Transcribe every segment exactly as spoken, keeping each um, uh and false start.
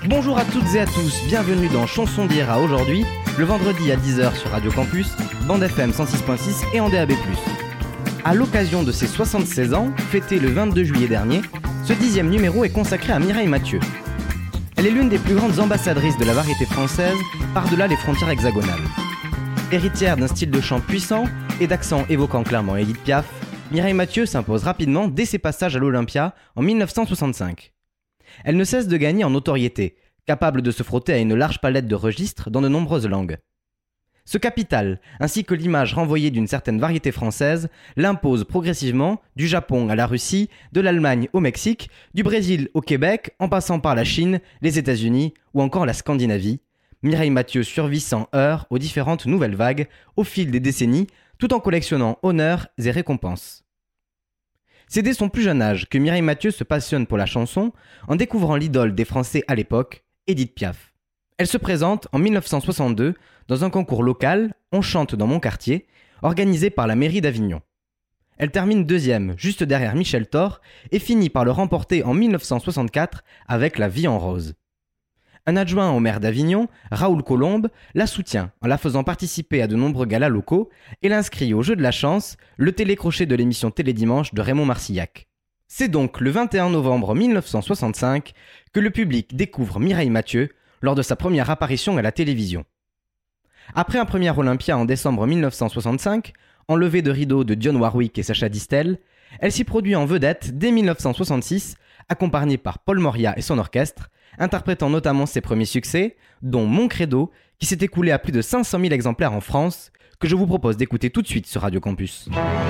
Bonjour à toutes et à tous, bienvenue dans Chanson d'hier à aujourd'hui, le vendredi à dix heures sur Radio Campus, bande F M cent six point six et en D A B plus. À l'occasion de ses soixante-seize ans, fêtés le vingt-deux juillet dernier, ce dixième numéro est consacré à Mireille Mathieu. Elle est l'une des plus grandes ambassadrices de la variété française par-delà les frontières hexagonales. Héritière d'un style de chant puissant et d'accent évoquant clairement Édith Piaf, Mireille Mathieu s'impose rapidement dès ses passages à l'Olympia en dix-neuf cent soixante-cinq. Elle ne cesse de gagner en notoriété, capable de se frotter à une large palette de registres dans de nombreuses langues. Ce capital, ainsi que l'image renvoyée d'une certaine variété française, l'impose progressivement du Japon à la Russie, de l'Allemagne au Mexique, du Brésil au Québec, en passant par la Chine, les États-Unis ou encore la Scandinavie. Mireille Mathieu survit sans heurts aux différentes nouvelles vagues au fil des décennies, tout en collectionnant honneurs et récompenses. C'est dès son plus jeune âge que Mireille Mathieu se passionne pour la chanson en découvrant l'idole des Français à l'époque, Édith Piaf. Elle se présente en dix-neuf cent soixante-deux dans un concours local, On chante dans mon quartier, organisé par la mairie d'Avignon. Elle termine deuxième, juste derrière Michel Thor, et finit par le remporter en dix-neuf cent soixante-quatre avec La vie en rose. Un adjoint au maire d'Avignon, Raoul Colombe, la soutient en la faisant participer à de nombreux galas locaux et l'inscrit au jeu de la chance, le télécrochet de l'émission Télédimanche de Raymond Marcillac. C'est donc le vingt et un novembre dix-neuf cent soixante-cinq que le public découvre Mireille Mathieu lors de sa première apparition à la télévision. Après un premier Olympia en décembre dix-neuf cent soixante-cinq, enlevé de rideau de Dionne Warwick et Sacha Distel, elle s'y produit en vedette dès dix-neuf cent soixante-six, accompagnée par Paul Moria et son orchestre, interprétant notamment ses premiers succès, dont Mon Credo, qui s'est écoulé à plus de cinq cent mille exemplaires en France, que je vous propose d'écouter tout de suite sur Radio Campus.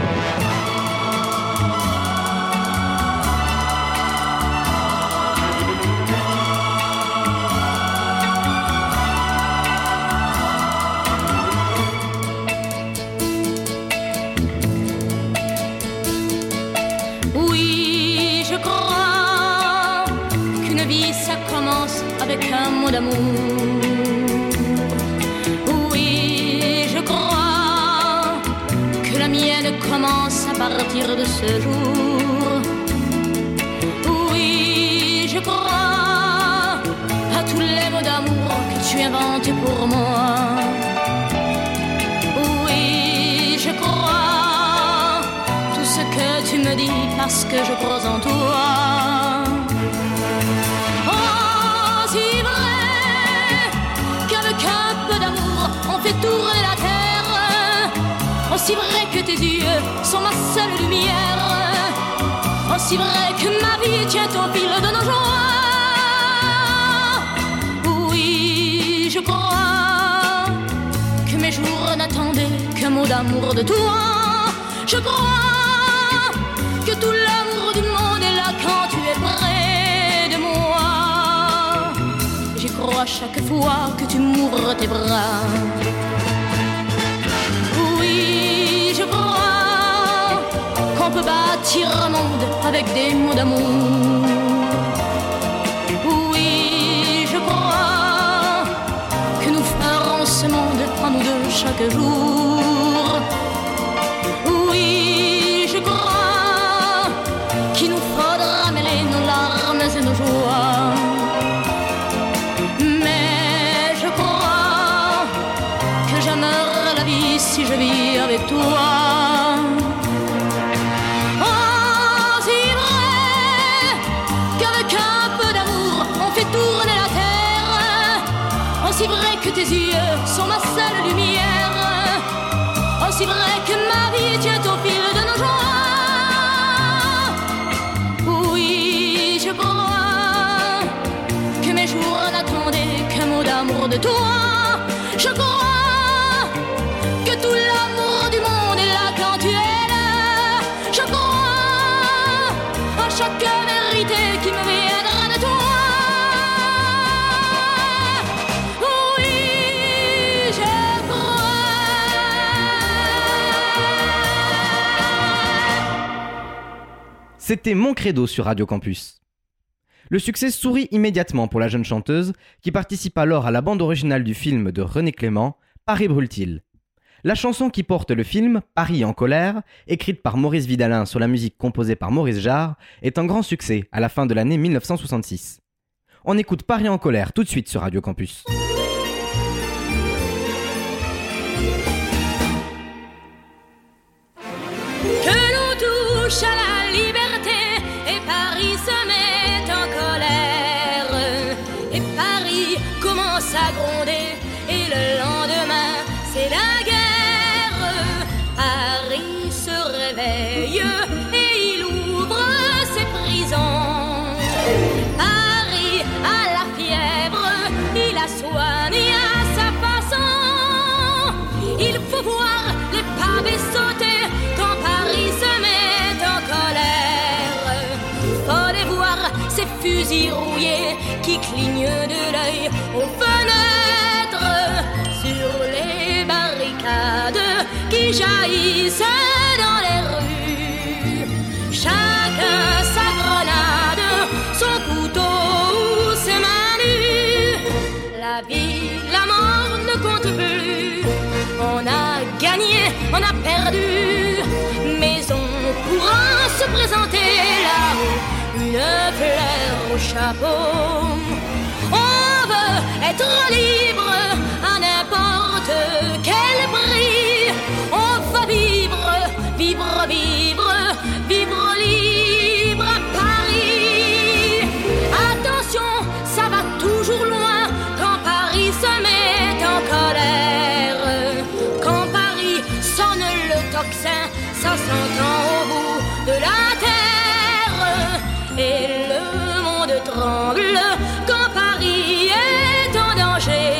Oui, je crois qu'une vie ça commence avec un mot d'amour. Oui, je crois que la mienne commence à partir de ce jour. Oui, je crois à tous les mots d'amour que tu inventes pour moi. Oui, je crois tout ce que tu me dis parce que je crois en toi. Oh, si vrai qu'avec un peu d'amour on fait tourner la terre. Aussi vrai que tes yeux sont ma seule lumière. Aussi vrai que ma vie tient au fil de nos joies. Oui, je crois que mes jours n'attendaient qu'un mot d'amour de toi. Je crois que tout l'amour du monde est là quand tu es près de moi. J'y crois chaque fois que tu m'ouvres tes bras. Oui, je crois qu'on peut bâtir un monde avec des mots d'amour. Oui, je crois que nous ferons ce monde en nous deux chaque jour. Oui, je crois qu'il nous faudra mêler nos larmes et nos joies. Mais je crois que j'aimerais la vie si je vis avec toi. Oh, si vrai qu'avec un peu d'amour on fait tourner la terre. Aussi vrai que tes yeux sont ma seule lumière. Aussi vrai que ma vie tient au fil de nos joies. Oui, je crois que mes jours n'attendaient qu'un mot d'amour de toi. Je crois que tout l'amour du monde est là quand tu es là. Je crois à chaque vérité qui me viendra de toi. Oui, je crois. C'était Mon Credo sur Radio Campus. Le succès sourit immédiatement pour la jeune chanteuse qui participe alors à la bande originale du film de René Clément, Paris brûle-t-il. La chanson qui porte le film, Paris en colère, écrite par Maurice Vidalin sur la musique composée par Maurice Jarre, est un grand succès à la fin de l'année dix-neuf cent soixante-six. On écoute Paris en colère tout de suite sur Radio Campus. Que l'on touche à la liberté et Paris se met en colère. Et Paris commence à gronder et le lendemain c'est la guerre. Paris se réveille et il ouvre ses prisons. Paris a la fièvre, il la soigne à sa façon. Il faut voir les pavés sauter quand Paris se met en colère. Faut les voir ces fusils rouillés qui clignent de l'œil aux fenêtres, sur les barricades qui jaillissent dans les rues. Chacun sa grenade, son couteau ou ses mains nues. La vie, la mort ne compte plus. On a gagné, on a perdu, mais on pourra se présenter là-haut, une fleur au chapeau. On veut être libre à n'importe quel prix. On va vivre, vivre, vivre, vivre libre à Paris. Attention, ça va toujours loin quand Paris se met en colère. Quand Paris sonne le tocsin, ça s'entend au bout de la terre. Et le monde tremble quand Paris est en danger.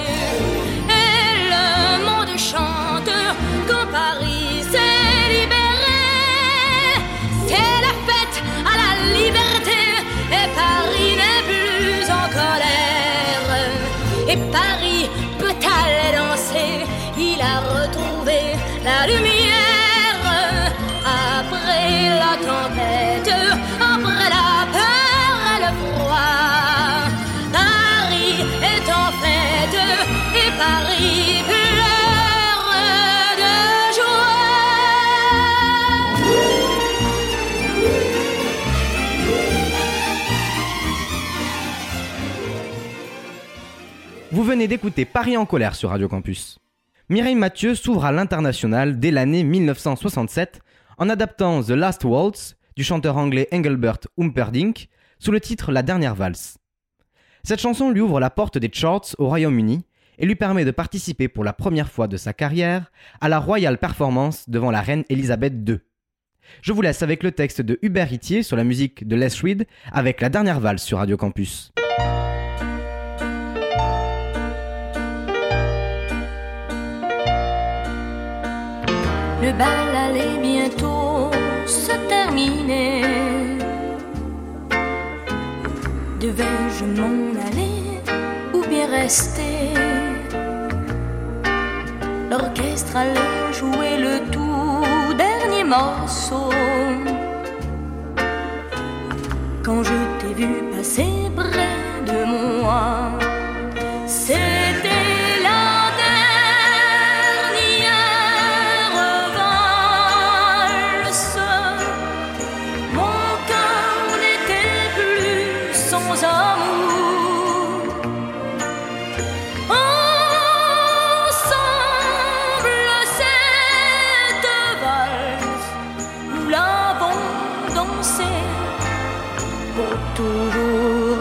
Et le monde chante quand Paris s'est libéré. C'est la fête à la liberté et Paris n'est plus en colère. Et Paris peut aller danser, il a retrouvé la lumière. Après la tempête, après la peur et le froid, Paris est en fête et Paris pleure de joie. Vous venez d'écouter Paris en colère sur Radio Campus. Mireille Mathieu s'ouvre à l'international dès l'année mille neuf cent soixante-sept en adaptant The Last Waltz du chanteur anglais Engelbert Humperdinck sous le titre La Dernière Valse. Cette chanson lui ouvre la porte des charts au Royaume-Uni et lui permet de participer pour la première fois de sa carrière à la Royal Performance devant la reine Elisabeth deux. Je vous laisse avec le texte de Hubert Itier sur la musique de Les Reed avec La Dernière Valse sur Radio Campus. Le bal allait bientôt se terminer. Devais-je m'en aller ou bien rester? L'orchestre allait jouer le tout dernier morceau. Quand je t'ai vu passer près de moi, c'était toujours.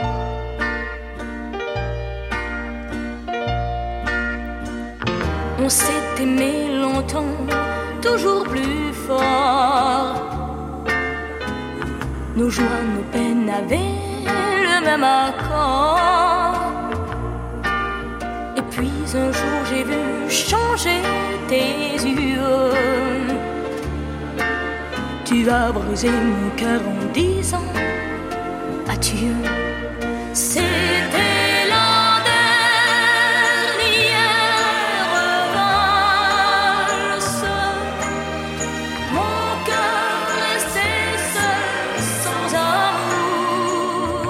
On s'est aimé longtemps, toujours plus fort. Nos joies, nos peines avaient le même accord. Et puis un jour j'ai vu changer tes yeux. Tu as brisé mon cœur en disant adieu. C'était la dernière valse. Mon cœur restait seul, sans amour.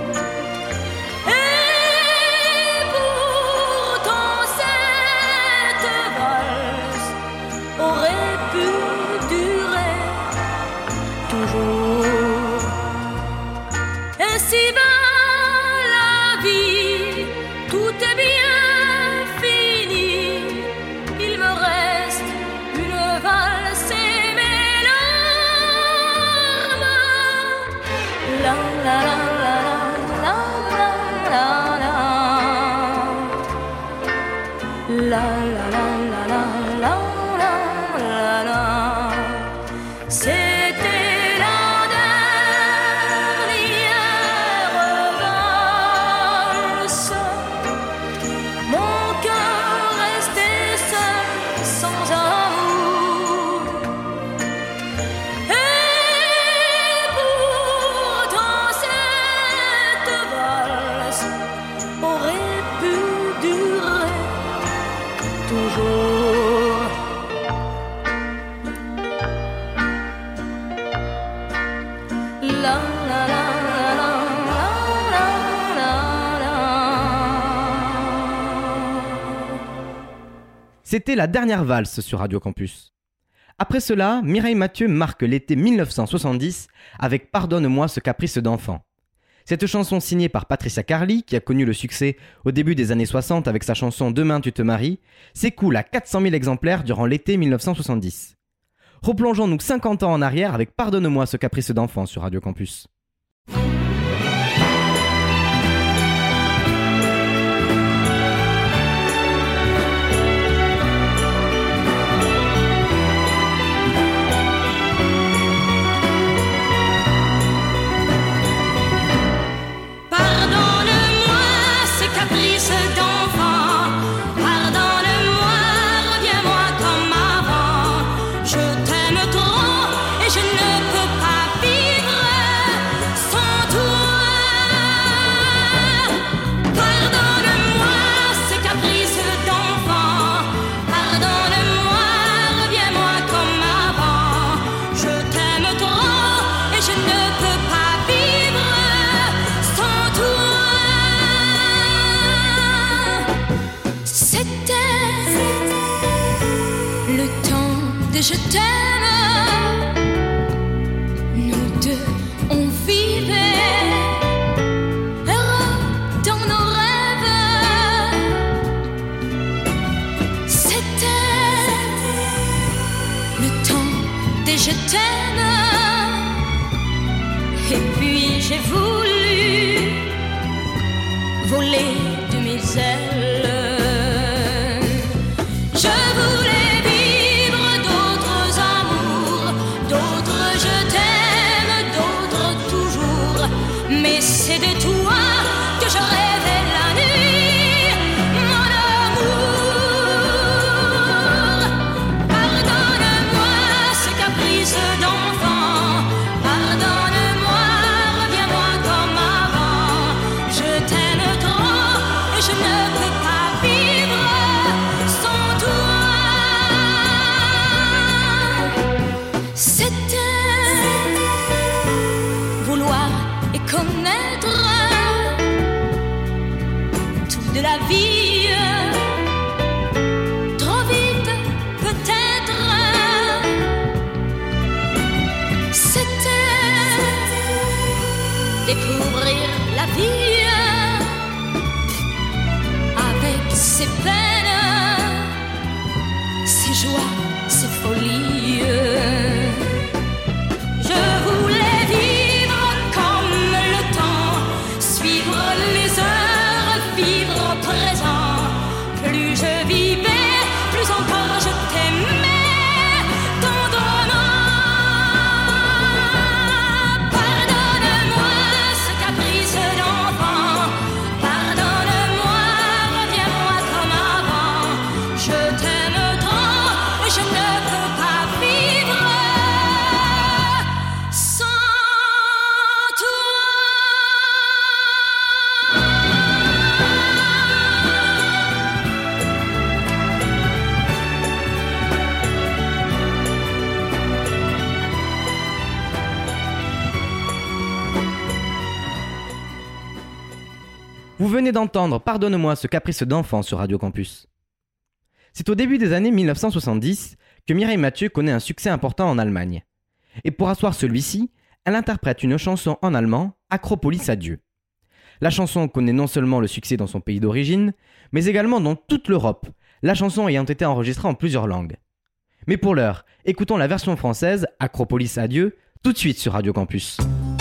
Et pourtant cette valse aurait pu durer toujours. Ainsi va C'était la dernière valse sur Radio Campus. Après cela, Mireille Mathieu marque l'été mille neuf cent soixante-dix avec Pardonne-moi ce caprice d'enfant. Cette chanson signée par Patricia Carly, qui a connu le succès au début des années soixante avec sa chanson Demain tu te maries, s'écoule à quatre cent mille exemplaires durant l'été mille neuf cent soixante-dix. Replongeons-nous cinquante ans en arrière avec Pardonne-moi ce caprice d'enfant sur Radio Campus. Je t'aime, nous deux on vivait heureux dans nos rêves. C'était le temps des je t'aime. Et puis j'ai voulu voler de mes ailes. Je voulais mais c'est de toi que je rêvais la nuit, mon amour. Pardonne-moi ce caprice d'enfant, pardonne-moi, reviens-moi comme avant. Je t'aime trop et je ne peux pas vivre sans toi. C'était vouloir et connaître tout de la vie, trop vite peut-être. C'était découvrir la vie avec ses peines, ses joies, ses folies. Je voulais vivre comme le temps, suivre les heures, vivre au présent. Plus je vivais, plus encore je t'aimais tendrement. Pardonne-moi ce caprice d'enfant, pardonne-moi, reviens-moi comme avant. Je t'aime trop et je ne peux pas vivre sans toi. Vous venez d'entendre Pardonne-moi ce caprice d'enfant sur Radio Campus. C'est au début des années mille neuf cent soixante-dix que Mireille Mathieu connaît un succès important en Allemagne. Et pour asseoir celui-ci, elle interprète une chanson en allemand, Acropolis à Dieu. La chanson connaît non seulement le succès dans son pays d'origine, mais également dans toute l'Europe, la chanson ayant été enregistrée en plusieurs langues. Mais pour l'heure, écoutons la version française, Acropolis à Dieu, tout de suite sur Radio Campus.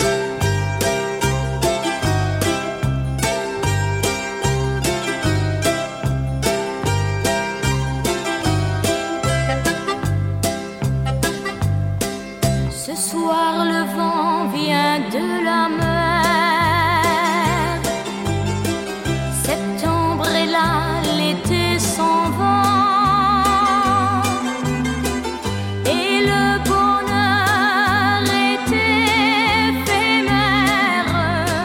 Ce soir le vent vient de la mer. Septembre est là, l'été s'en va. Et le bonheur est éphémère,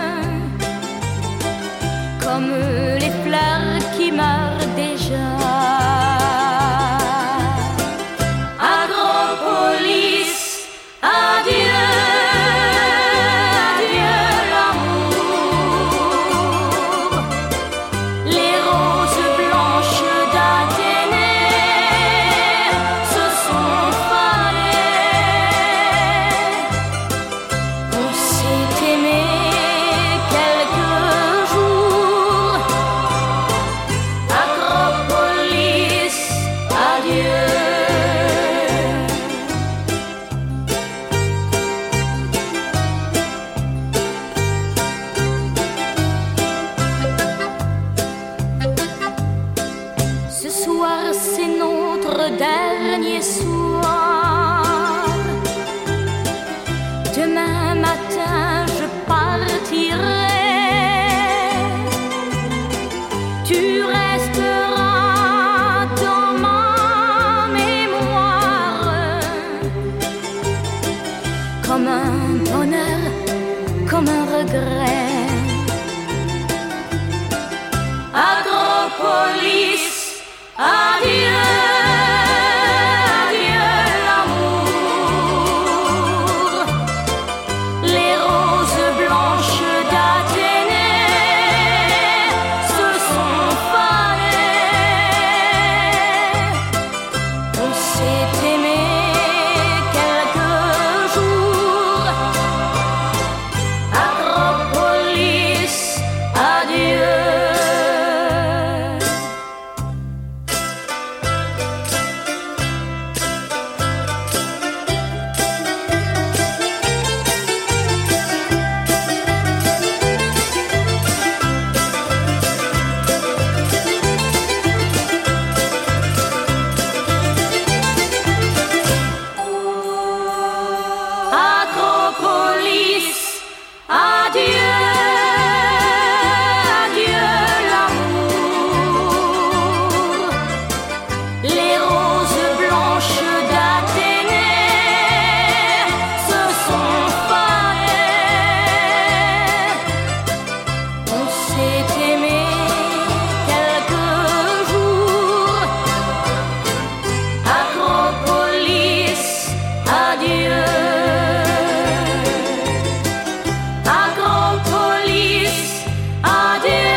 comme les fleurs qui meurent déjà. Acropolis, adieu, adieu l'amour. Les roses blanches d'Athénée tu resteras dans ma mémoire comme un bonheur, comme un regret. Acropolis, adieu, adieu l'amour. Les roses blanches d'Athénée se sont fanées. On s'est aimé quelques jours. Acropolis, adieu. Acropolis, adieu, adieu l'amour. Les roses blanches d'Athénée se sont fanées. On s'est aimé quelques jours. Acropolis, adieu. Acropolis, adieu.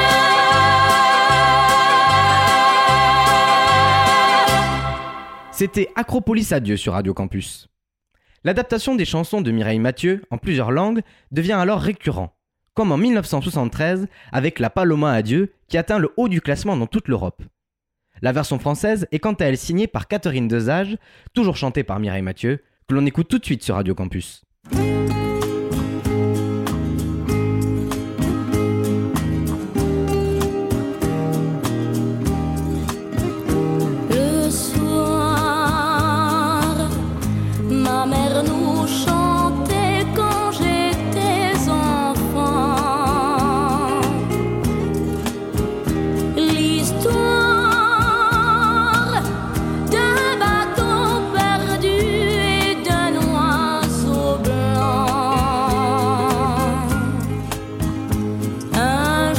C'était Acropolis Adieu sur Radio Campus. L'adaptation des chansons de Mireille Mathieu en plusieurs langues devient alors récurrent, comme en mille neuf cent soixante-treize avec La Paloma Adieu qui atteint le haut du classement dans toute l'Europe. La version française est quant à elle signée par Catherine Desage, toujours chantée par Mireille Mathieu, que l'on écoute tout de suite sur Radio Campus. Le soir, ma mère nous chantait quand j'étais enfant l'histoire d'un bateau perdu et d'un oiseau blanc. Un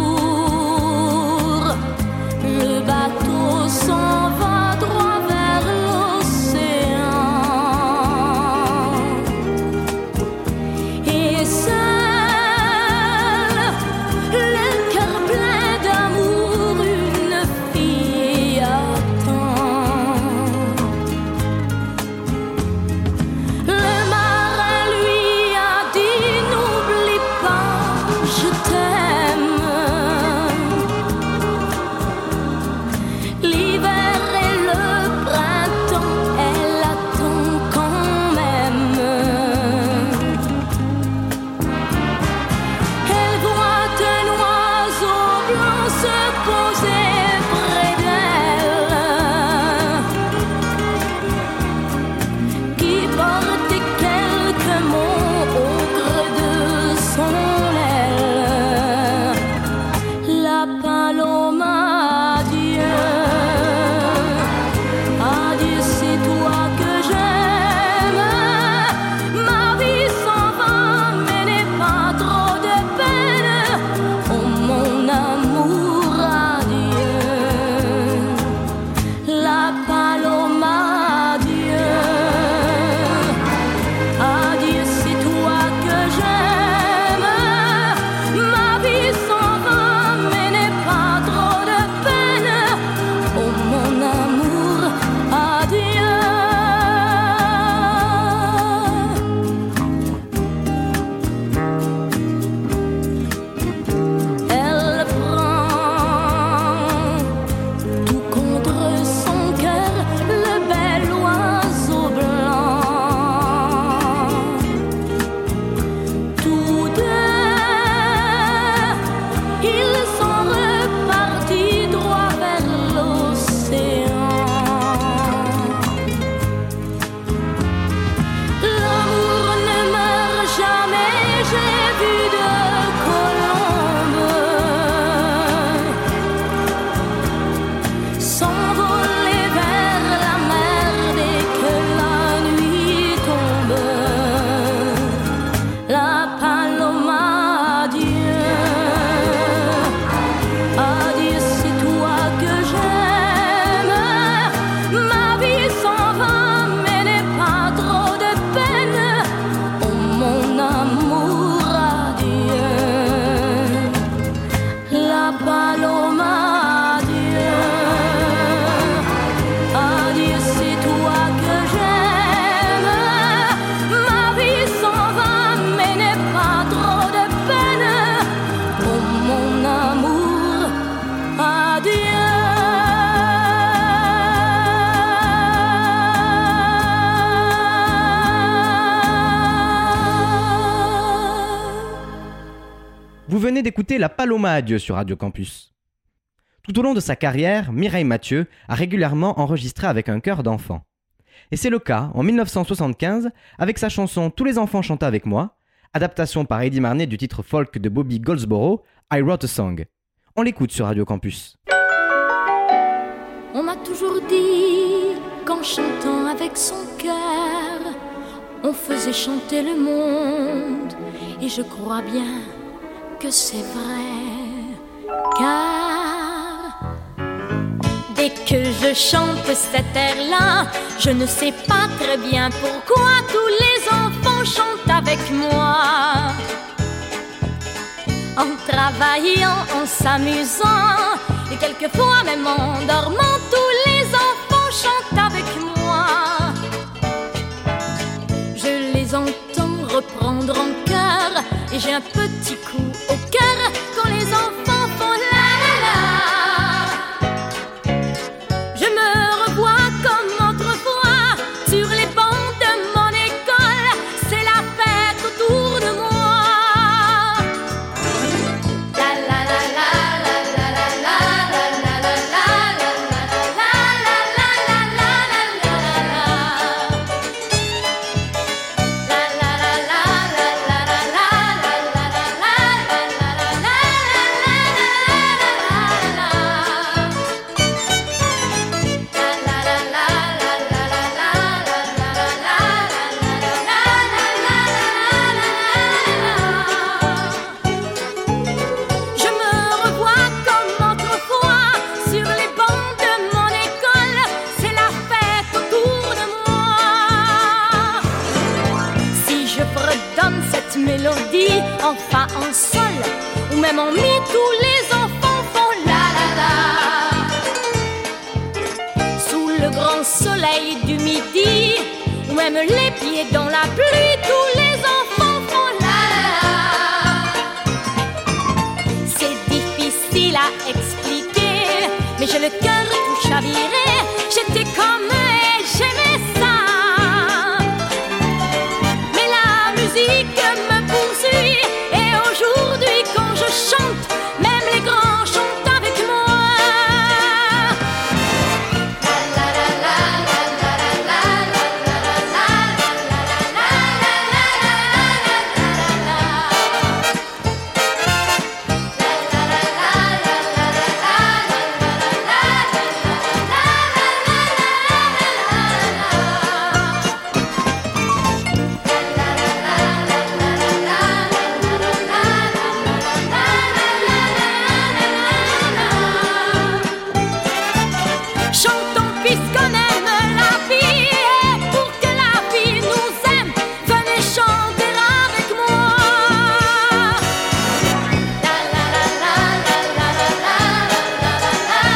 jour, le bateau s'en va droit vers l'océan. Et seul, le cœur plein d'amour, une fille attend. Le marin lui a dit n'oublie pas, je t'aime. L'hiver et le printemps, elle attend quand même. Elle voit un oiseau blanc se poser près d'elle, qui portait quelques mots au creux de son aile. La paloma, adieu, adieu, c'est toi que j'aime. Ma vie s'en va, mais n'aie pas trop de peine. Oh mon amour, adieu. Paloma, adieu. Adieu, c'est toi que j'aime. Ma vie s'en va, mais n'est pas trop de peine. Oh mon amour, adieu. Vous venez d'écouter La Paloma Adieu sur Radio Campus. Tout au long de sa carrière, Mireille Mathieu a régulièrement enregistré avec un chœur d'enfants. Et c'est le cas en dix-neuf cent soixante-quinze avec sa chanson Tous les enfants chantent avec moi, adaptation par Eddie Marnet du titre folk de Bobby Goldsboro, I Wrote a Song. On l'écoute sur Radio Campus. On m'a toujours dit qu'en chantant avec son cœur, on faisait chanter le monde. Et je crois bien que c'est vrai, car dès que je chante cet air-là, je ne sais pas très bien pourquoi tous les enfants chantent avec moi. En travaillant, en s'amusant, et quelquefois même en dormant, tous les enfants chantent avec moi. Je les entends reprendre en chœur, et j'ai un petit coup au cœur quand les enfants font la la la. Je me revois comme autrefois sur les bancs de mon école, c'est la fête autour de moi. La la la la la la la la la la la la la la la mélodie en fa, en sol ou même en mi, tous les enfants font la la la. Sous le grand soleil du midi ou même les pieds dans la pluie, tous les enfants font la la la. C'est difficile à expliquer, mais j'ai le cœur tout chaviré. J'étais comme eux et j'aimais ça. Mais la musique me poursuit et aujourd'hui quand je chante, même les grands chantent avec moi. La la la la la la la la la la chantons puisqu'on aime la vie et pour que la vie nous aime, venez chanter avec moi. La la la la la la la la la la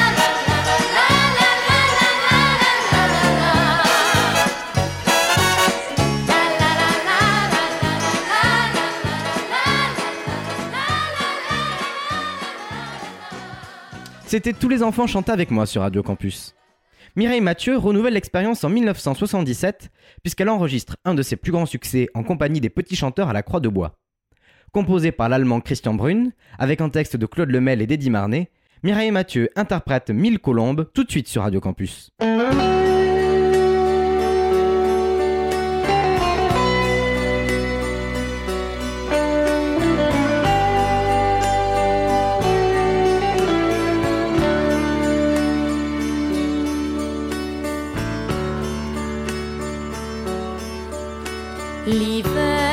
C'était Tous les enfants chantent avec moi sur Radio Campus. Mireille Mathieu renouvelle l'expérience en dix-neuf cent soixante-dix-sept puisqu'elle enregistre un de ses plus grands succès en compagnie des Petits Chanteurs à la Croix de Bois. Composé par l'allemand Christian Brunn, avec un texte de Claude Lemel et d'Eddie Marnet, Mireille Mathieu interprète Mille colombes tout de suite sur Radio Campus. L'hiver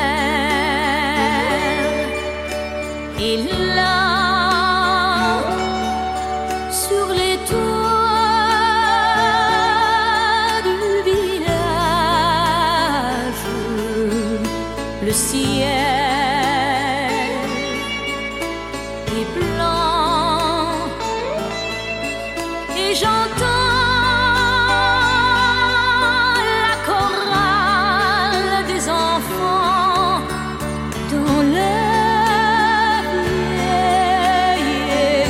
est là sur les toits et j'entends la chorale des enfants dans la vieille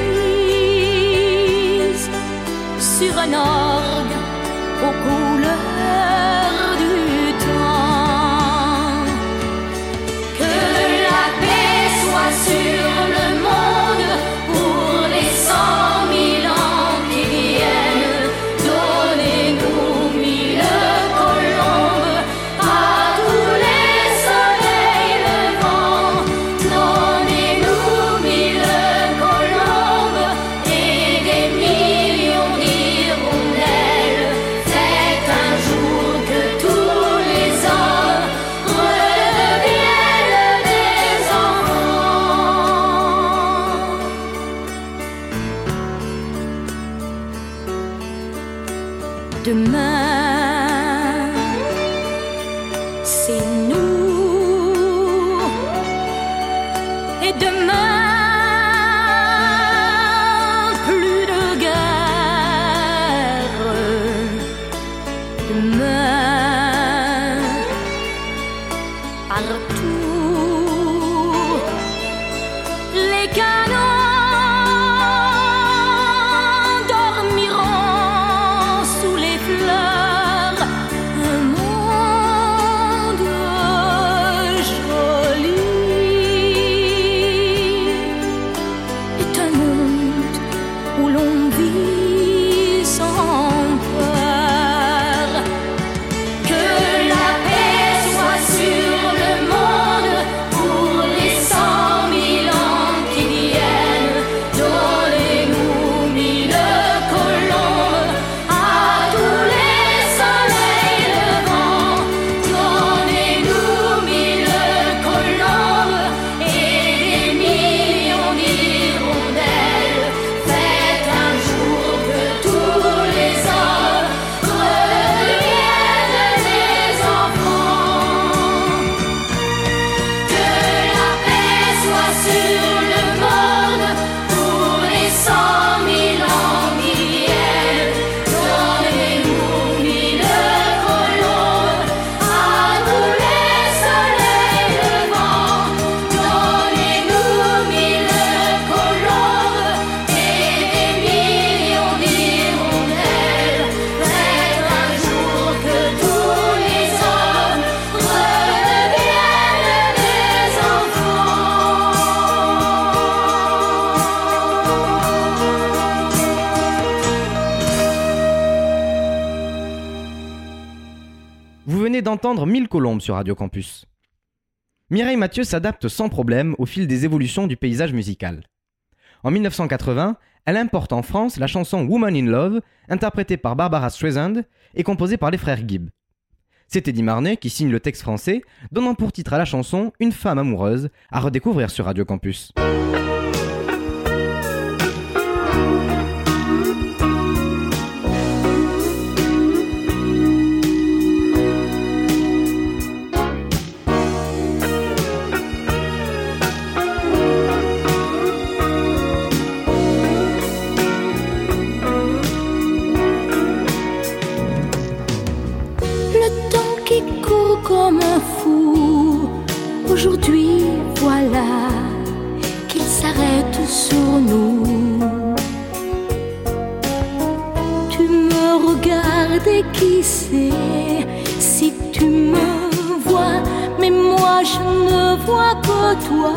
église sur un orgue aux couleurs du temps. Que la paix soit sur le monde pour les cent mille ans qui viennent. Donnez-nous mille colombes à tous les soleils levants. Donnez-nous mille colombes et des millions d'hirondelles. C'est un jour que tous les hommes redeviennent des enfants. Demain, c'est nous. Et demain, plus de guerre. Demain, partout, les canons dormiront sous les fleurs. Un monde joli est un monde où l'on vit sans peur. Que la paix soit sur le monde pour les cent mille ans qui viennent. Donnez-nous mille colombes à tous les soleils levants. Donnez-nous mille colombes et des millions d'hirondelles. Faites un jour que tous les hommes redeviennent des enfants. Que la paix soit sur le monde pour les cent mille ans qui viennent. Donnez-nous mille colombes à tous les soleils levants. Donnez-nous mille colombes et des millions d'hirondelles. Faites un jour que tous les hommes redeviennent des enfants. Vous venez d'entendre Mille colombes sur Radio Campus. Mireille Mathieu s'adapte sans problème au fil des évolutions du paysage musical. En mille neuf cent quatre-vingts, elle importe en France la chanson Woman in Love, interprétée par Barbara Streisand et composée par les frères Gibb. C'est Eddie Marnet qui signe le texte français, donnant pour titre à la chanson Une femme amoureuse, à redécouvrir sur Radio Campus. Le temps qui court comme un fou, aujourd'hui voilà qu'il s'arrête sur nous. Tu me regardes et qui sait si tu me vois, mais moi je ne vois que toi.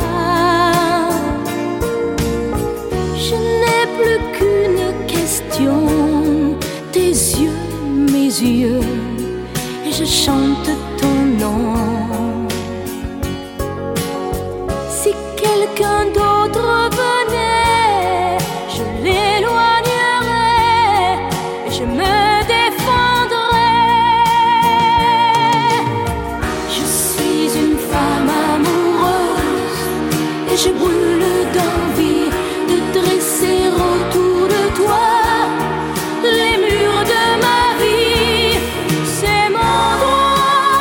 Je n'ai plus qu'une question, tes yeux, mes yeux, et je chante ton nom. Si quelqu'un d'autre venait, je l'éloignerais et je me défendrais. Je suis une femme amoureuse et je brûle d'envie de dresser autour de toi les murs de ma vie. C'est mon droit.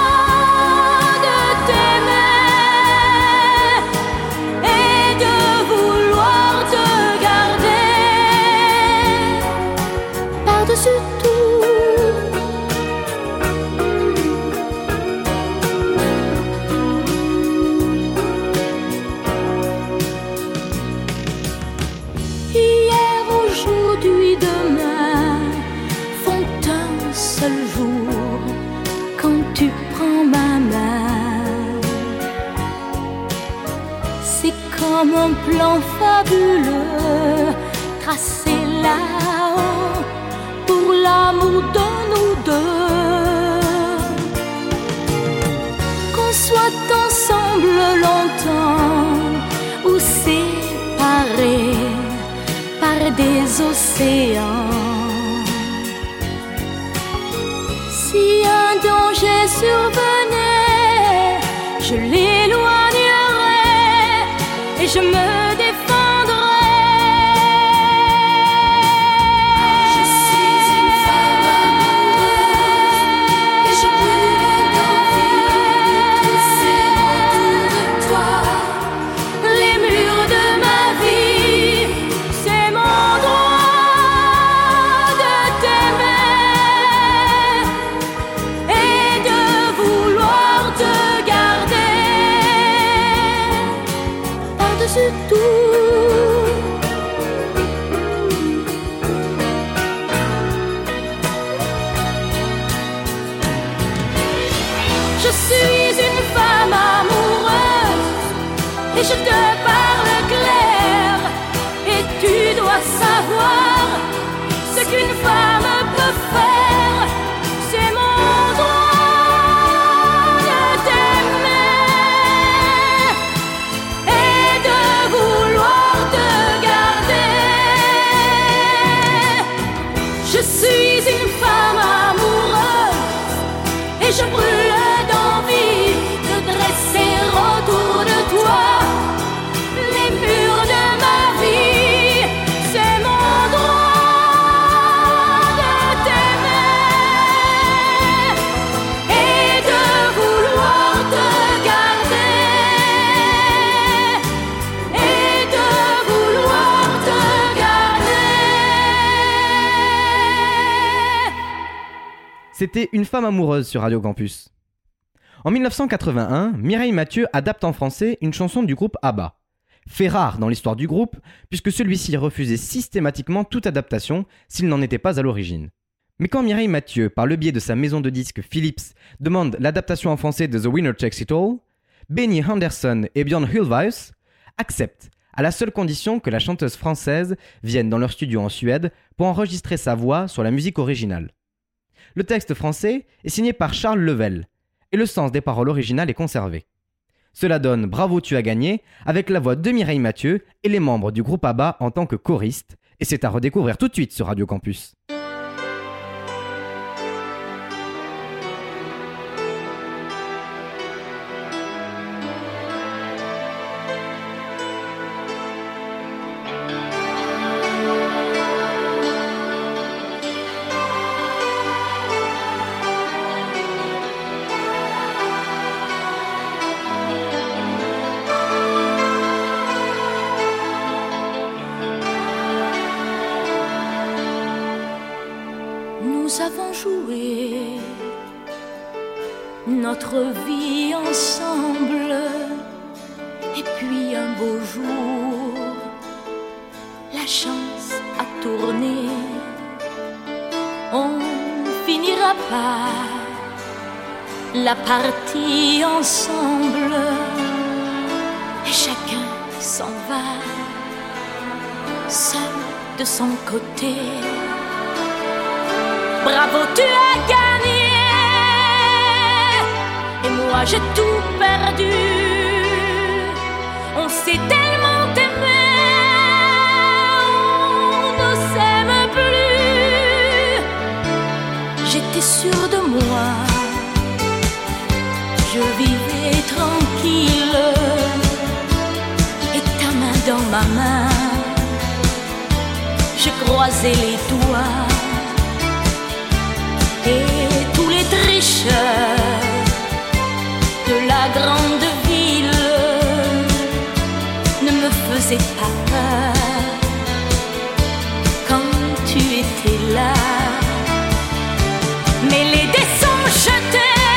plan fabuleux tracé là-haut pour l'amour de nous deux. Qu'on soit ensemble longtemps ou séparés par des océans. Si un danger survenait, je l'éloignerais et je me défendrais. Je suis une femme amoureuse et je brûle d'envie de pousser autour de toi Les murs de ma vie, c'est mon droit de t'aimer et de vouloir te garder par-dessus tout. Je suis une femme amoureuse et je te parle clair. Et tu dois savoir ce qu'une femme peut faire. C'est mon droit de t'aimer et de vouloir te garder. Je suis une femme amoureuse et je brûle d'envie de dresser autour de toi les murs de ma vie. C'est mon droit de t'aimer et de vouloir te garder et de vouloir te garder. C'était Une femme amoureuse sur Radio Campus. En dix-neuf cent quatre-vingt-un, Mireille Mathieu adapte en français une chanson du groupe ABBA. Fait rare dans l'histoire du groupe, puisque celui-ci refusait systématiquement toute adaptation s'il n'en était pas à l'origine. Mais quand Mireille Mathieu, par le biais de sa maison de disques Philips, demande l'adaptation en français de The Winner Takes It All, Benny Andersson et Björn Ulvaeus acceptent, à la seule condition que la chanteuse française vienne dans leur studio en Suède pour enregistrer sa voix sur la musique originale. Le texte français est signé par Charles Level, et le sens des paroles originales est conservé. Cela donne Bravo tu as gagné avec la voix de Mireille Mathieu et les membres du groupe ABBA en tant que choristes, et c'est à redécouvrir tout de suite sur Radio Campus. Nous avons joué notre vie ensemble. Et puis un beau jour, la chance a tourné. On finira par la partie ensemble. Et chacun s'en va, seul de son côté. Bravo, tu as gagné. Et moi j'ai tout perdu. On s'est tellement aimé, on ne s'aime plus. J'étais sûre de moi, je vivais tranquille. Et ta main dans ma main, je croisais les doigts. Et tous les tricheurs de la grande ville ne me faisaient pas peur quand tu étais là. Mais les dés sont jetés,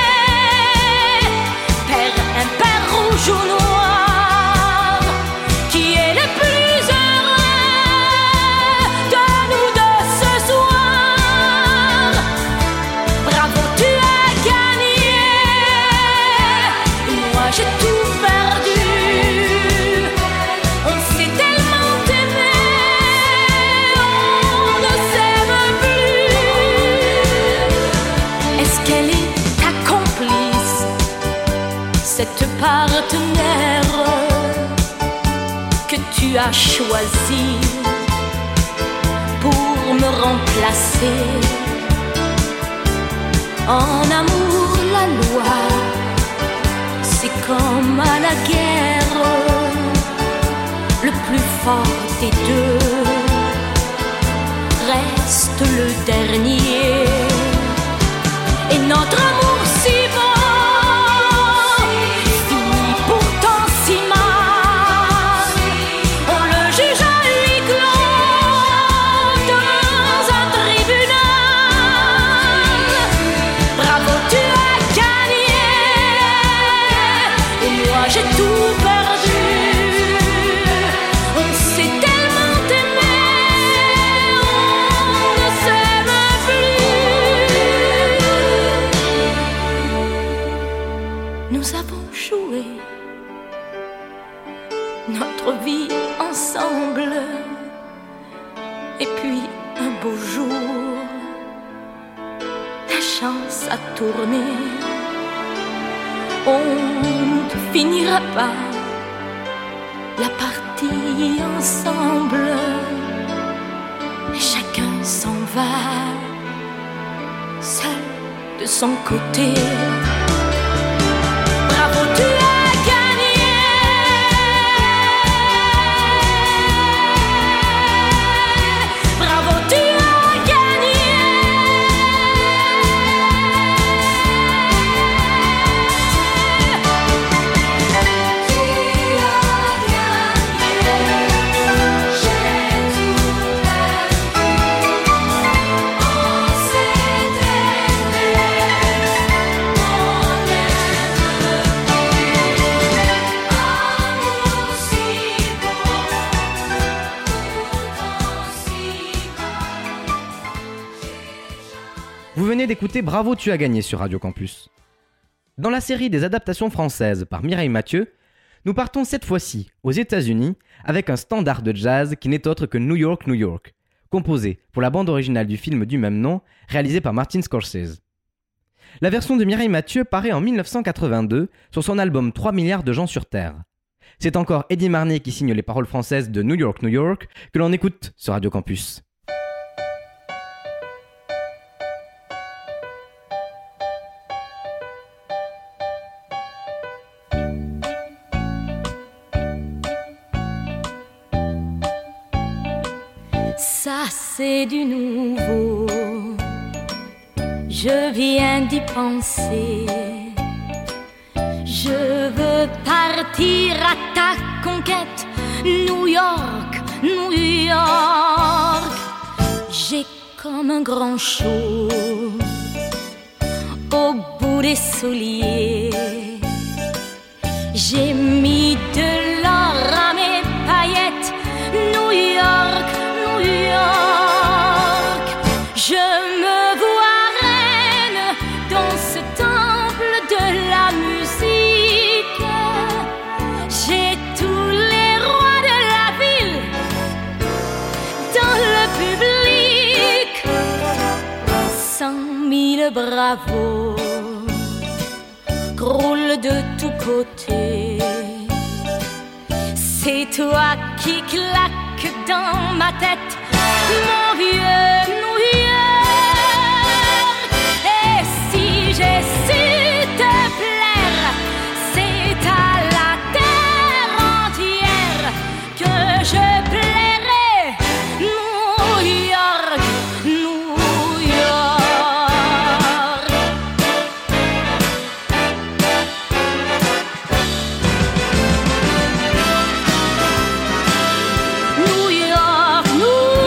père impair, rouge ou noir. Qui est le plus heureux de nous deux ce soir? Bravo, tu as gagné. Moi j'ai tout perdu. On s'est tu as choisi pour me remplacer. En amour, la loi, c'est comme à la guerre, le plus fort des deux reste le dernier. Et notre amour si beau finit pourtant si mal. On le juge à huis clos dans un tribunal. Bravo, tu as gagné et moi j'ai tout perdu. On s'est tellement aimé, on ne s'aime plus. Nous avons joué notre vie ensemble. Et puis un beau jour, la chance a tourné. On ne finira pas la partie ensemble. Et chacun s'en va, seul de son côté. Bravo, tu as gagné. Bravo, tu as gagné. Tu as gagné. J'ai tout perdu. On s'est aimé. On n'aime plus. Amour si beau, pourtant si mal. Vous venez d'écouter Bravo, tu as gagné sur Radio Campus. Dans la série des adaptations françaises par Mireille Mathieu, nous partons cette fois-ci aux États-Unis avec un standard de jazz qui n'est autre que New York, New York, composé pour la bande originale du film du même nom, réalisé par Martin Scorsese. La version de Mireille Mathieu paraît en dix-neuf cent quatre-vingt-deux sur son album trois milliards de gens sur Terre. C'est encore Eddie Marnier qui signe les paroles françaises de New York, New York que l'on écoute sur Radio Campus. Ça c'est du nouveau, je viens d'y penser. Je veux partir à ta conquête, New York, New York. J'ai comme un grand chaud au bout des souliers. J'ai mis de l'or à mes paillettes, New York, New York. Je me vois reine dans ce temple de la musique. J'ai tous les rois de la ville dans le public. Cent mille bravos roulent de tous côtés. C'est toi qui claque dans ma tête, mon vieux New York. Et si j'ai su te plaire, c'est à la terre entière que je plairai. New York, New York. New York, New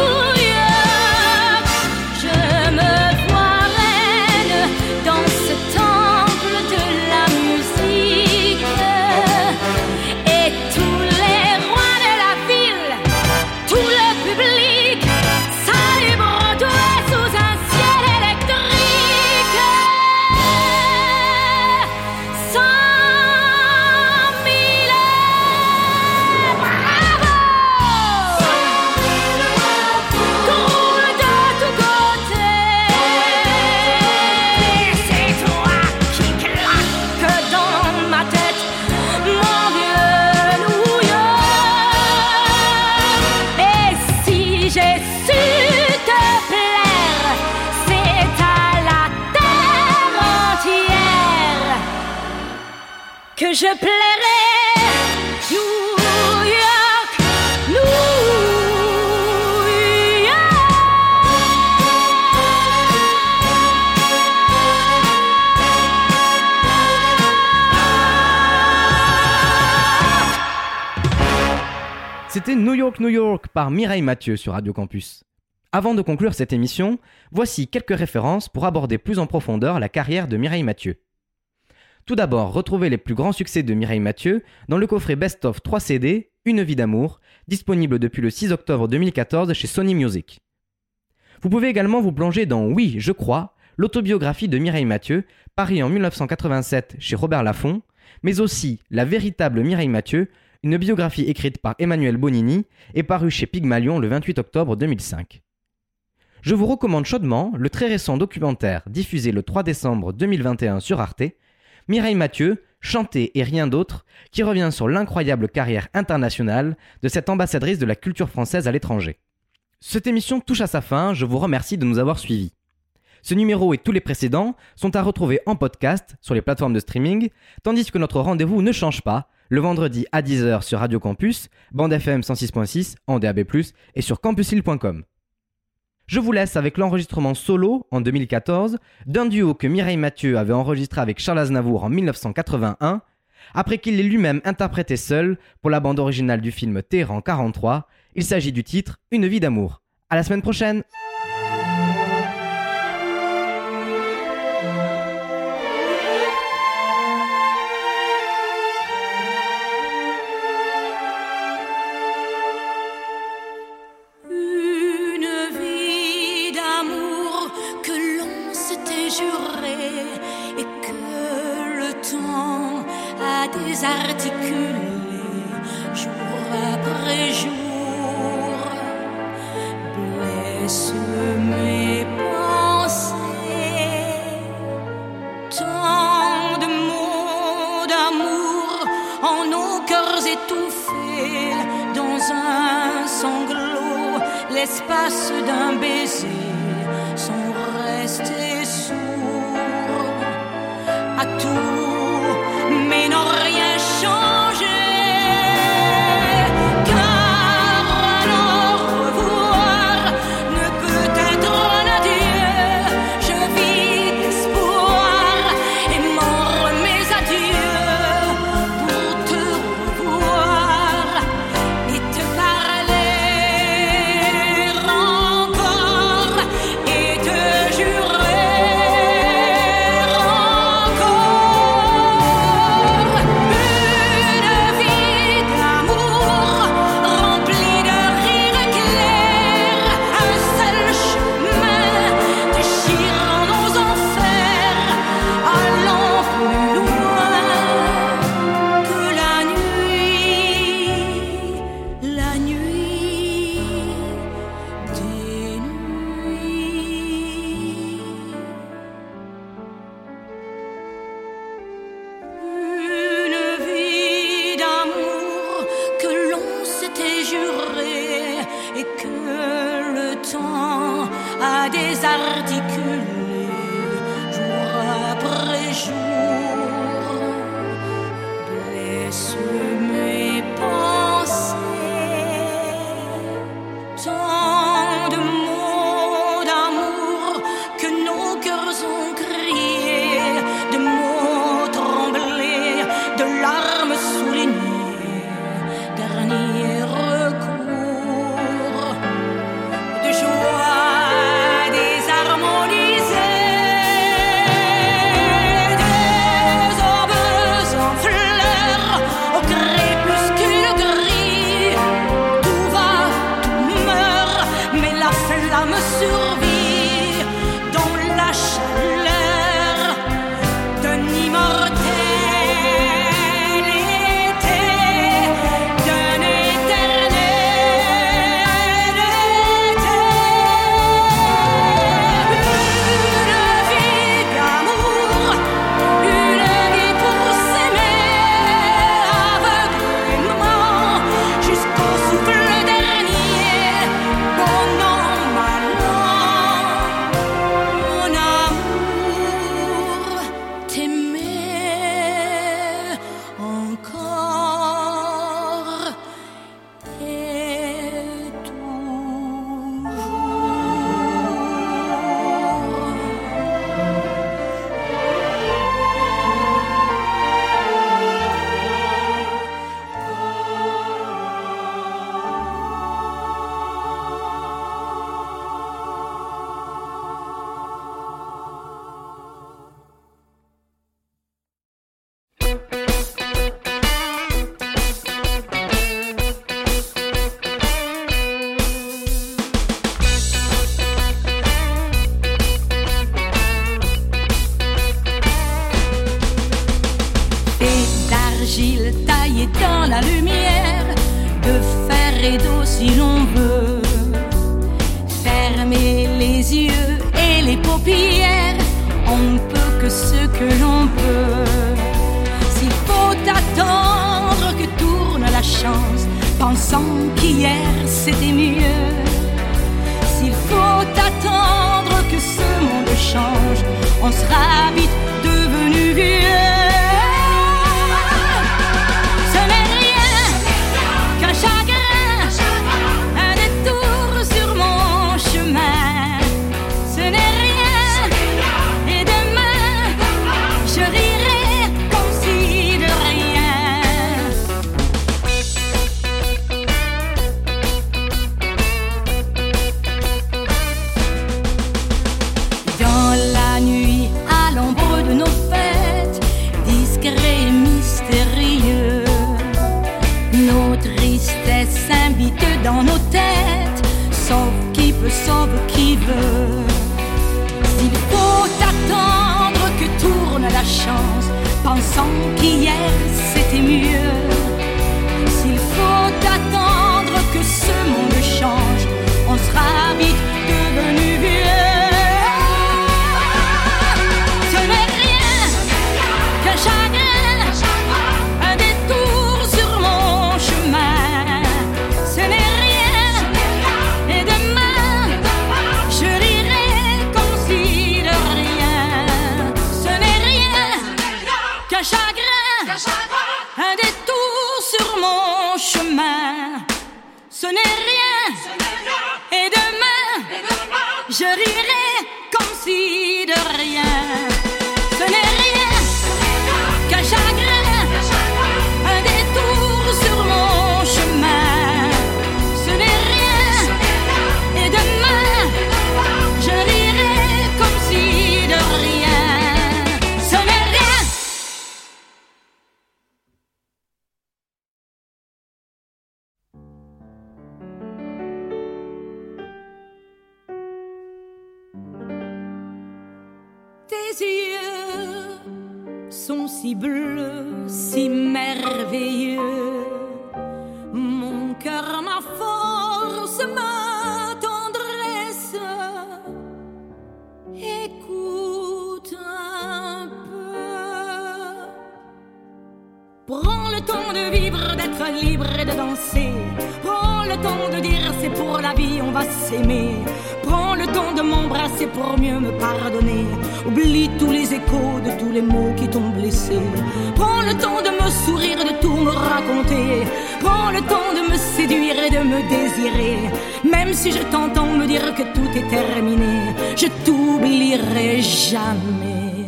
j'ai su te plaire, c'est à la terre entière que je plairai. New York, New C'était New York, New York par Mireille Mathieu sur Radio Campus. Avant de conclure cette émission, voici quelques références pour aborder plus en profondeur la carrière de Mireille Mathieu. Tout d'abord, retrouvez les plus grands succès de Mireille Mathieu dans le coffret Best of trois C D, Une vie d'amour, disponible depuis le six octobre deux mille quatorze chez Sony Music. Vous pouvez également vous plonger dans Oui, je crois, l'autobiographie de Mireille Mathieu, paru en dix-neuf cent quatre-vingt-sept chez Robert Laffont, mais aussi La véritable Mireille Mathieu, une biographie écrite par Emmanuel Bonini et parue chez Pygmalion le vingt-huit octobre deux mille cinq. Je vous recommande chaudement le très récent documentaire diffusé le trois décembre deux mille vingt et un sur Arte, Mireille Mathieu, Chanter et rien d'autre, qui revient sur l'incroyable carrière internationale de cette ambassadrice de la culture française à l'étranger. Cette émission touche à sa fin, je vous remercie de nous avoir suivis. Ce numéro et tous les précédents sont à retrouver en podcast sur les plateformes de streaming, tandis que notre rendez-vous ne change pas, le vendredi à dix heures sur Radio Campus, bande F M cent six point six, en D A B plus, et sur campushill point com. Je vous laisse avec l'enregistrement solo, en deux mille quatorze, d'un duo que Mireille Mathieu avait enregistré avec Charles Aznavour en dix-neuf cent quatre-vingt-un, après qu'il l'ait lui-même interprété seul pour la bande originale du film Téhéran quarante-trois. Il s'agit du titre Une vie d'amour. À la semaine prochaine! Articulé jour après jour, blesse mes pensées. Tant de mots d'amour en nos cœurs étouffés dans un sanglot, l'espace d'un baiser sont restés sourds à tout, mais n'ont rien changé. Car un au revoir ne peut être un adieu. Je vis d'espoir et mort mes adieux pour te revoir et te parler encore et te jurer encore. Une vie d'amour remplie de rires clairs, un seul chemin déchirant nos enfers, allant plus loin que la nuit, la nuit des nuits. Une vie d'amour que l'on s'était juré et que le temps a désarticulé jour après jour, blesse mes pensées. Tant de mots d'amour que nos cœurs ont criés, de mots tremblés, de larmes soulignées, dernier recours, de joie désharmonisée, des aubes en fleurs au crépuscule gris. Tout va, tout meurt, mais la flamme survit dans la chaleur d'un immortel été, d'un éternel été. Une vie d'amour, une vie pour s'aimer aveuglément jusqu'au souffle dernier. Bon rideau si l'on veut. Fermer les yeux et les paupières, on ne peut que ce que l'on peut. S'il faut attendre que tourne la chance, pensant qu'hier c'était mieux. S'il faut attendre que ce monde change, on sera vite devenu vieux. Ce n'est rien qu'un chagrin, un détour sur mon chemin. Ce n'est rien, et demain je rirai comme si de rien. Dans la nuit, à l'ombre de nos fêtes, discret et mystérieux, nos tristesses s'invitent dans nos têtes, sauf qui peut, sauve qui veut. S'il faut attendre que tourne la chance, pensant qu'hier c'était mieux. S'il faut attendre que ce monde change, on sera vite devenu vieux. Ce n'est rien qu'un chagrin, un détour sur mon chemin. Ce n'est rien, et demain je rirai comme si de rien. Ce n'est rien qu'un chagrin, un détour sur mon chemin. Ce n'est rien, et demain je rirai comme si de rien. Ce n'est rien qu'un chagrin, un détour sur mon chemin. Ce n'est rien, et demain je rirai comme si de rien. Ce n'est rien. Tes yeux sont si bleus, si merveilleux. Mon cœur, ma force, ma tendresse. Écoute un peu. Prends le temps de vivre, d'être libre et de danser. Prends le temps de dire c'est pour la vie, on va s'aimer. Prends le temps de m'embrasser pour mieux me pardonner. Oublie tous les échos de tous les mots qui t'ont blessé. Prends le temps de me sourire, de tout me raconter. Prends le temps de me séduire et de me désirer. Même si je t'entends me dire que tout est terminé, je t'oublierai jamais.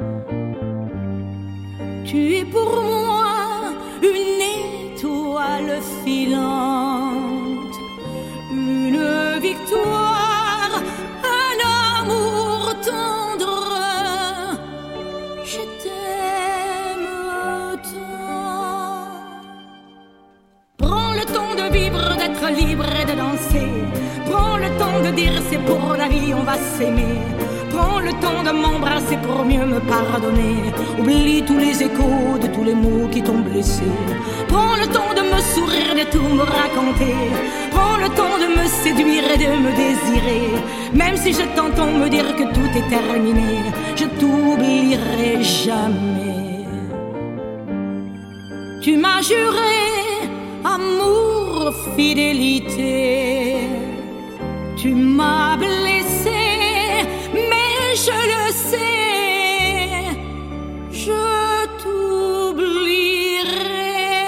Tu es pour moi une étoile filante, une victoire, un amour tendre. Je t'aime tant. Prends le temps de vivre, d'être libre et de danser. Prends le temps de dire c'est pour la vie, on va s'aimer. Prends le temps de m'embrasser pour mieux me pardonner. Oublie tous les échos de tous les mots qui t'ont blessé. Prends le temps de me sourire, de tout me raconter. Prends le temps de me séduire et de me désirer. Même si je t'entends me dire que tout est terminé, je t'oublierai jamais. Tu m'as juré amour, fidélité. Tu m'as blessé, mais je le sais, je t'oublierai.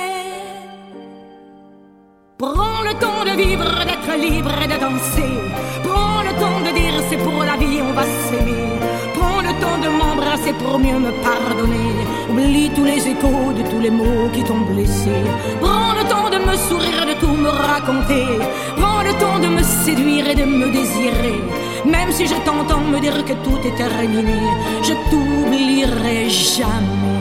Prends le temps de vivre, d'être libre et de danser. Prends le temps de dire c'est pour la vie, on va s'aimer. Prends le temps de m'embrasser pour mieux me pardonner. Oublie tous les échos de tous les mots qui t'ont blessé. Prends le temps de me sourire, de tout me raconter. Prends le temps de me séduire et de me désirer. Même si je t'entends me dire que tout est terminé, je t'oublierai jamais.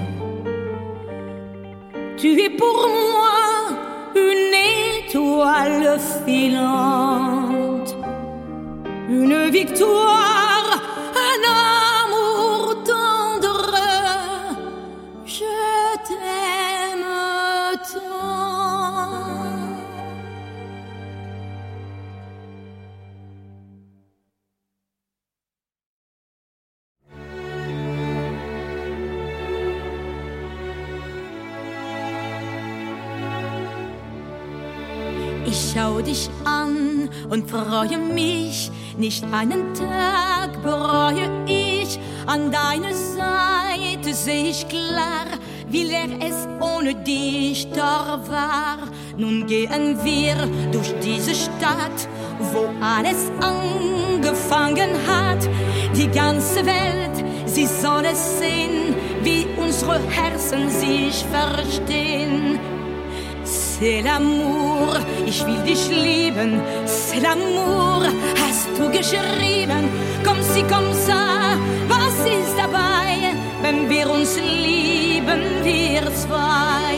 Tu es pour moi une étoile filante, une victoire, un amour tendre. Je t'aime tant. Ich schau dich an und freue mich, nicht einen Tag bereue ich. An deiner Seite seh ich klar, wie leer es ohne dich da war. Nun gehen wir durch diese Stadt, wo alles angefangen hat. Die ganze Welt, sie soll es sehen, wie unsere Herzen sich verstehen. C'est l'amour, ich will dich lieben. C'est l'amour, hast du geschrieben. Comme si, comme ça, was ist dabei, wenn wir uns lieben, wir zwei?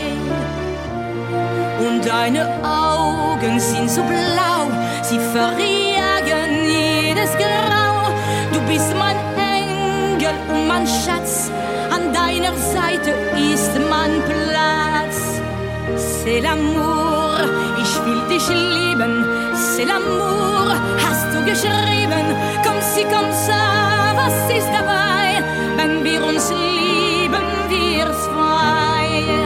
Und deine Augen sind so blau, sie verjagen jedes Grau. Du bist mein Engel und mein Schatz, an deiner Seite ist mein Platz. C'est l'amour, ich will dich lieben. C'est l'amour, hast du geschrieben. Comme si, comme ça, was ist dabei, wenn wir uns lieben, wir zwei?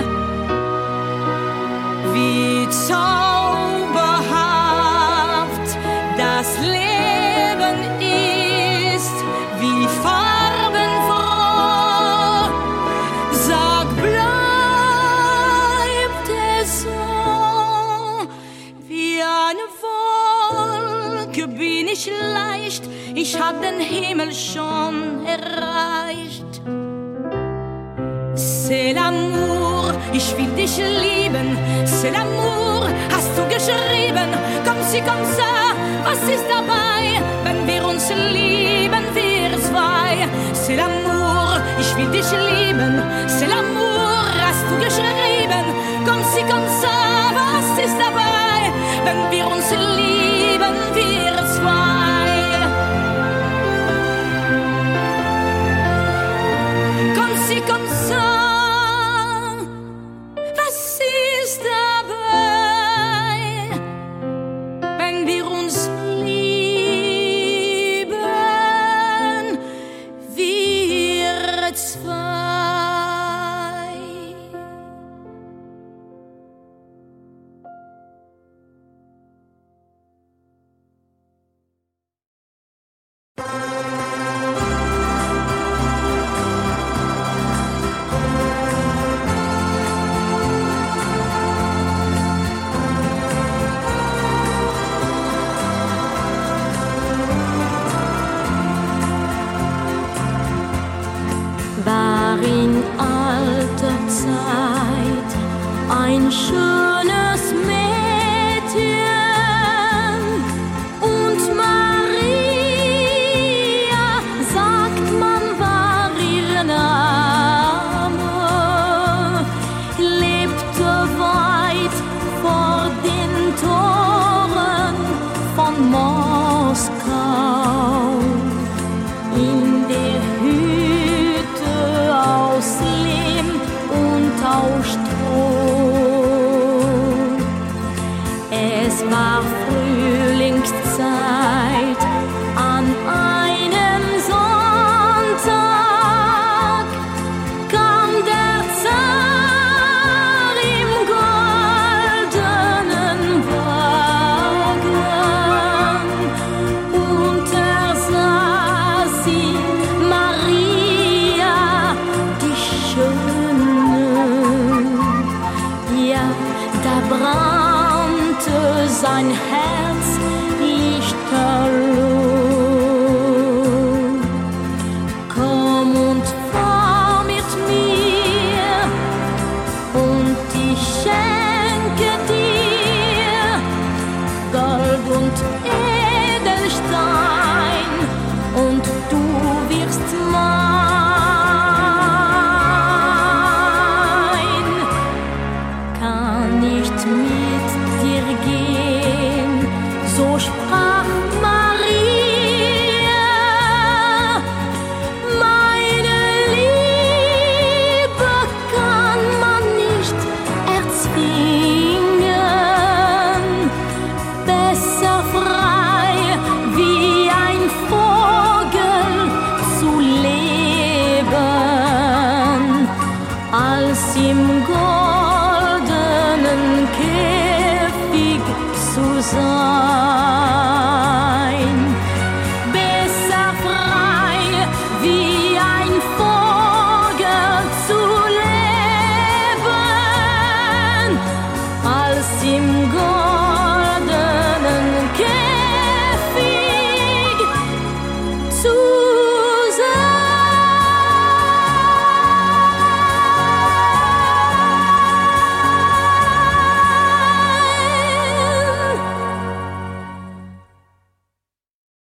Wie zauberhaft das Leben ist, wie farbenfroh. Sag, bleibt es so? Wie eine Wolke bin ich leicht, ich hab den Himmel schon erreicht. C'est l'amour, ich will dich lieben. C'est l'amour, hast du geschrieben. Comme si, comme ça, was ist dabei, wenn wir uns lieben, wir zwei? C'est l'amour, ich will dich lieben. C'est l'amour, hast du geschrieben. Comme si, comme ça, was ist dabei, wenn wir